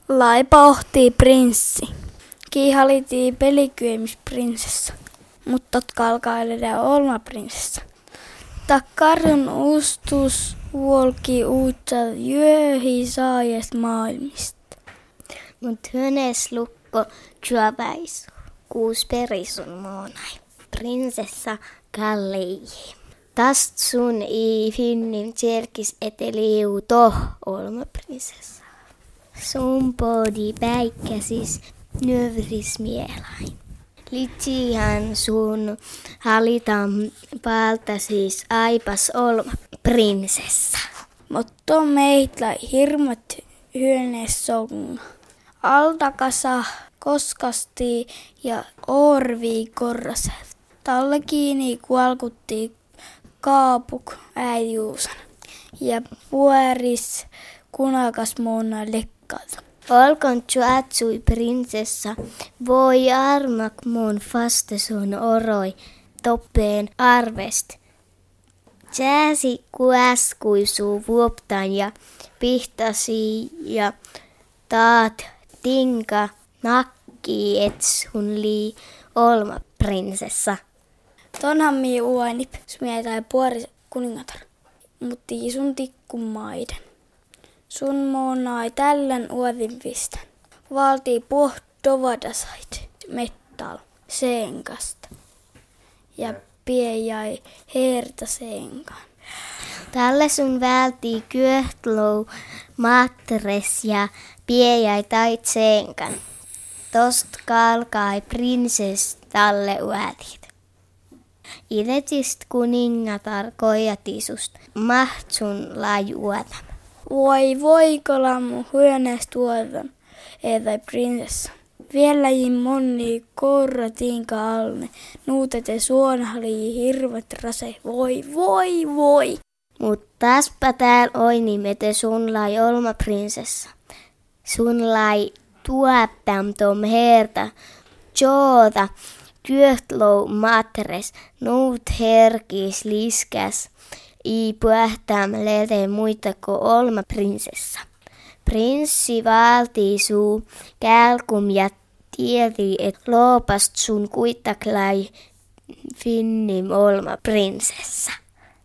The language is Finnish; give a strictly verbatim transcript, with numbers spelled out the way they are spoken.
Laipa ohtii prinssi. Kiihalitii pelikyömis prinsessa. Mutta kalkaileda olma prinsessa. Takkarun ustus vuolki uutta jöhi saajest maailmista. Mut hönes lukko juoväis kuus perisun moonai. Prinsessa kallei. Tast sun i finnin tjerkis eteliu toh olma prinsessa. Sun podi päikkäsis növris mielain. Litsihan sun halitan palta siis aipas olma prinsessa. Mutta meitä hirmat hyönes songa. Altakasa koskasti ja orvi korraset. Talle kiinni kualkutti kaapuk äijuusan. Ja pueris kunakas muuna lekkalta. Olkon tjuatsui prinsessa, voi armak mun faste sun oroi toppeen arvest. Jääsi kuäskuisuu vuoptan ja pihtasi ja taat tinka nakki et sun lii olma prinsessa. Tonhan mii uanip, smietai puori kuningatar, mutti sun tikku maiden. Sun moonai tällän uodin pistän. Valtii pohtovadasait mettal senkasta. Ja pie jäi herta senkan. Tälle sun vältii kyöhtlou matres ja pie jäi tait senkan. Tost kalkai prinses talle uätit. Idetist kuningatar kojatisust mahtsun lajuotam. Voi voikola mun hyöneest tuotan, etai prinsessa. Vieläkin moni korra tinka alne, nuutete suonhali hirvet rase, voi voi voi. Mut täspä tääl oini mete sun lai olma prinsessa. Sun lai tuoppam tom herta, joota kyöhtlou matres, nuut herkis liskäs. I puhtam lete muita ko olma prinsessa. Prinssi valtii suu kälkum ja tiedi, et loopast sun kuitaklai finnim olma prinsessa.